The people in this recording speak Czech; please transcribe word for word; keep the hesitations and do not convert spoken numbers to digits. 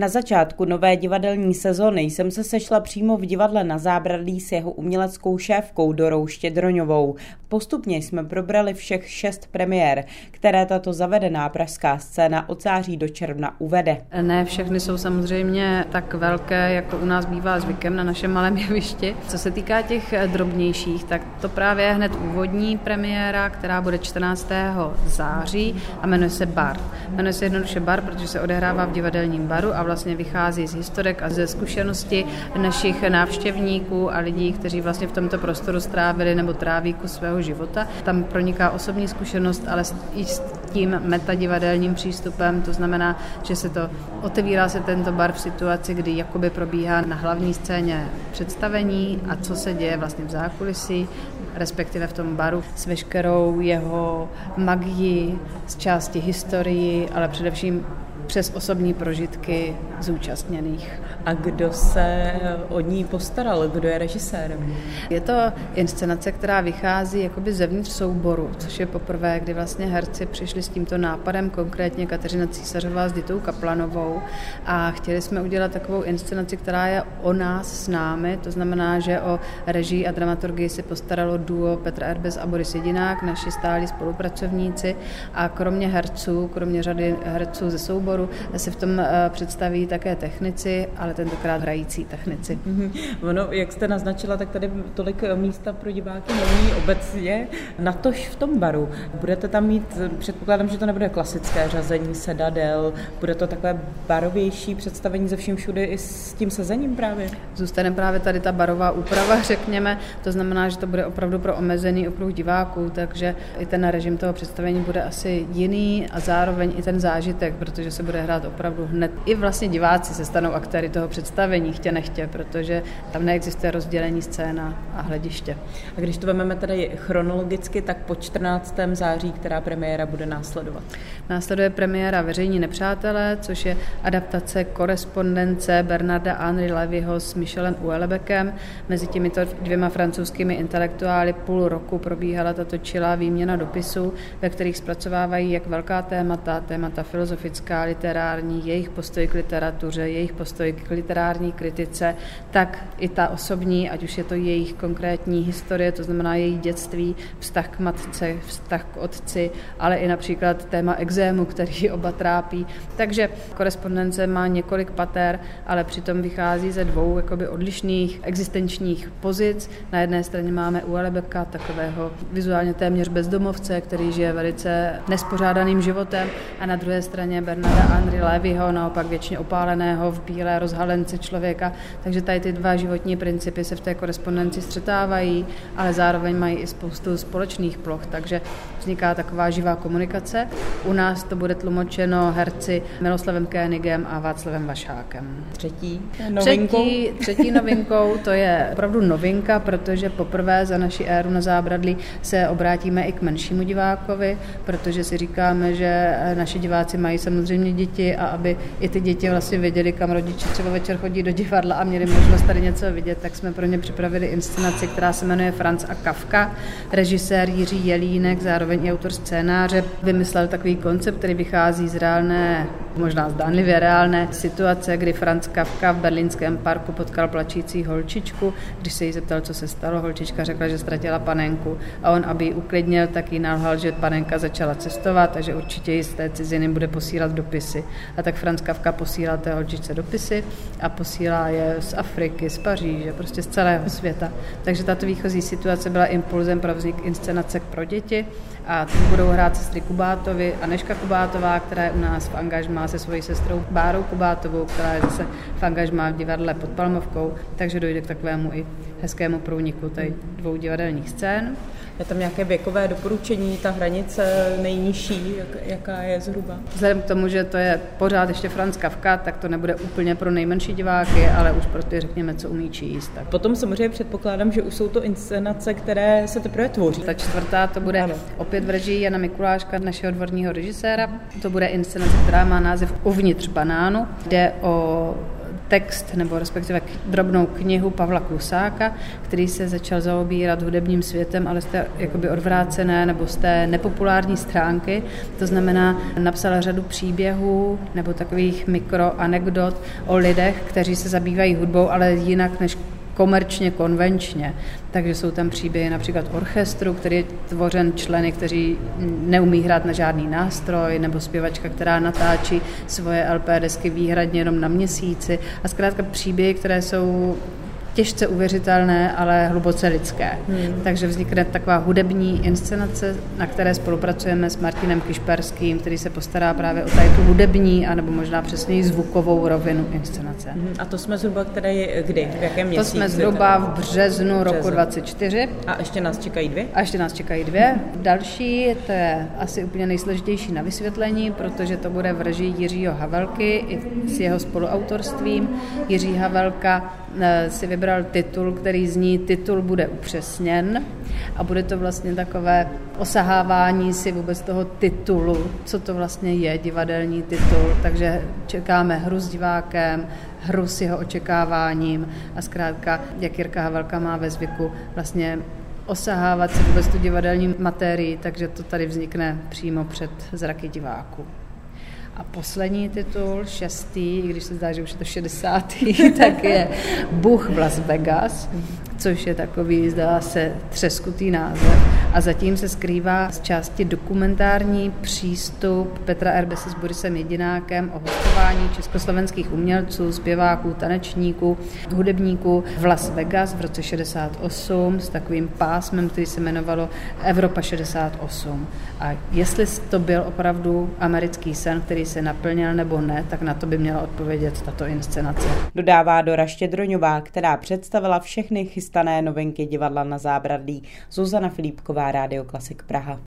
Na začátku nové divadelní sezony jsem se sešla přímo v divadle Na Zábradlí s jeho uměleckou šéfkou Dorou Štědroňovou. Postupně jsme probrali všech šest premiér, které tato zavedená pražská scéna od září do června uvede. Ne všechny jsou samozřejmě tak velké, jako u nás bývá zvykem na našem malém jevišti. Co se týká těch drobnějších, tak to právě je hned úvodní premiéra, která bude čtrnáctého září a jmenuje se Bar. Jmenuje se jednoduše Bar, protože se odehrává v divadelním baru a vlastně vychází z historek a ze zkušenosti našich návštěvníků a lidí, kteří vlastně v tomto prostoru strávili nebo tráví kus svého života. Tam proniká osobní zkušenost, ale i s tím metadivadelním přístupem, to znamená, že se to otevírá se tento bar v situaci, kdy jakoby probíhá na hlavní scéně představení a co se děje vlastně v zákulisí, respektive v tom baru s veškerou jeho magii, z části historii, ale především přes osobní prožitky zúčastněných. A kdo se o ní postaral? Kdo je režisérem? Je to inscenace, která vychází jakoby zevnitř souboru, což je poprvé, kdy vlastně herci přišli s tímto nápadem, konkrétně Kateřina Císařová s Ditou Kaplanovou, a chtěli jsme udělat takovou inscenaci, která je o nás s námi, to znamená, že o režii a dramaturgii se postaralo duo Petr Erbes a Boris Jedinák, naši stálí spolupracovníci, a kromě herců, kromě řady herců ze souboru, se v tom představí také technici, ale tentokrát hrající technici. Mm-hmm. Ono, jak jste naznačila, tak tady tolik místa pro diváky není obecně, natož v tom baru. Budete tam mít, předpokládám, že to nebude klasické řazení sedadel, bude to takové barovější představení ze vším všude i s tím sezením právě? Zůstane právě tady ta barová úprava, řekněme, to znamená, že to bude opravdu pro omezený okruh diváků, takže i ten režim toho představení bude asi jiný a zároveň i ten zážitek, protože se bude hrát opravdu hned. I vlastně diváci se stanou aktéry toho představení, chtě nechtě, protože tam neexistuje rozdělení scéna a hlediště. A když to vezmeme tady chronologicky, tak po čtrnáctého září, která premiéra bude následovat? Následuje premiéra Veřejní nepřátelé, což je adaptace korespondence Bernarda Henry Levyho s Michelem Houellebecquem. Mezi těmito dvěma francouzskými intelektuály půl roku probíhala tato čilá výměna dopisů, ve kterých zpracovávají jak velká témata, témata filozofická, literární, jejich postoj k literatuře, jejich postoj k literární kritice, tak i ta osobní, ať už je to jejich konkrétní historie, to znamená její dětství, vztah k matce, vztah k otci, ale i například téma exému, který oba trápí. Takže korespondence má několik pater, ale přitom vychází ze dvou jakoby odlišných existenčních pozic. Na jedné straně máme Houellebecqa, takového vizuálně téměř bezdomovce, který žije velice nespořádaným životem, a na druhé straně Bernarda Henry Levyho, naopak věčně opáleného v bílé rozhalence člověka. Takže tady ty dva životní principy se v té korespondenci střetávají, ale zároveň mají i spoustu společných ploch, takže vzniká taková živá komunikace. U nás to bude tlumočeno herci Miloslavem Koenigem a Václavem Vašákem. Třetí novinkou? Třetí, třetí novinkou, to je opravdu novinka, protože poprvé za naši éru Na Zábradlí se obrátíme i k menšímu divákovi, protože si říkáme, že naši diváci mají samozřejmě děti a aby i ty děti vlastně věděli, kam rodiče třeba večer chodí do divadla a měli možnost tady něco vidět, tak jsme pro ně připravili inscenaci, která se jmenuje Franz a Kafka. Režisér Jiří Jelínek, zároveň i autor scénáře, vymyslel takový koncept, který vychází z reálné, možná zdánlivě reálné situace, kdy Franz Kafka v berlínském parku potkal plačící holčičku. Když se jí zeptal, co se stalo, holčička řekla, že ztratila panenku, a on, aby ji uklidnil, tak jí nalhal, že panenka začala cestovat a že určitě jí z té ciziny bude posílat dopisy. A tak Franz Kafka posílá té holčičce dopisy a posílá je z Afriky, z Paříže, prostě z celého světa. Takže tato výchozí situace byla impulzem pro vznik inscenace pro děti, a tu budou hrát sestry Kubátovy a Nežka Kubátová, která je u nás v angažmá se svojí sestrou Bárou Kubátovou, která je zase v angažmá v divadle pod Palmovkou, takže dojde k takovému i hezkému průniku tady dvou divadelních scén. Je tam nějaké věkové doporučení, ta hranice nejnižší, jak, jaká je zhruba? Vzhledem k tomu, že to je pořád ještě Franz Kafka, tak to nebude úplně pro nejmenší diváky, ale už pro ty, řekněme, co umí číst. Tak. Potom samozřejmě předpokládám, že už jsou to inscenace, které se teprve tvoří. Ta čtvrtá to bude ano. opět v režii Jana Mikuláška, našeho dvorního režiséra. To bude inscenace, která má název Uvnitř banánu. Jde o text nebo respektive drobnou knihu Pavla Klusáka, který se začal zaobírat hudebním světem, ale z té jakoby odvrácené nebo z té nepopulární stránky. To znamená, napsal řadu příběhů nebo takových mikroanekdot o lidech, kteří se zabývají hudbou, ale jinak než komerčně, konvenčně. Takže jsou tam příběhy například orchestru, který je tvořen členy, kteří neumí hrát na žádný nástroj, nebo zpěvačka, která natáčí svoje el pé desky výhradně jenom na měsíci. A zkrátka příběhy, které jsou těžce uvěřitelné, ale hluboce lidské. Hmm. Takže vznikne taková hudební inscenace, na které spolupracujeme s Martinem Kišperským, který se postará právě o tady tu hudební, anebo možná přesněji zvukovou rovinu inscenace. Hmm. A to jsme zhruba který, kdy? V jakém měsíci? To jsme zhruba v březnu roku dvacet čtyři. A ještě nás čekají dvě? A ještě nás čekají dvě. Další, to je asi úplně nejsložitější na vysvětlení, protože to bude v režii Jiřího Havelky i s jeho spoluautorstvím. Jiří Havelka si vybral titul, který zní Titul bude upřesněn a bude to vlastně takové osahávání si vůbec toho titulu, co to vlastně je divadelní titul, takže čekáme hru s divákem, hru s jeho očekáváním a zkrátka, jak Jirka Havelka má ve zvyku vlastně osahávat si vůbec tu divadelní materii, takže to tady vznikne přímo před zraky diváků. A poslední titul, šestý, i když se zdá, že už je to šedesátý, tak je Bůh v Las Vegas, což je takový, zdá se, třeskutý název. A zatím se skrývá z části dokumentární přístup Petra Erbese s Borisem Jedinákem o hostování československých umělců, zpěváků, tanečníků, hudebníků v Las Vegas v roce šedesát osm s takovým pásmem, který se jmenovalo Evropa šedesát osm. A jestli to byl opravdu americký sen, který se naplnil nebo ne, tak na to by měla odpovědět tato inscenace. Dodává Dora Štědroňová, která představila všechny chystané novinky divadla Na zábradlí. Zuzana Filipková, Rádio Klasik Praha.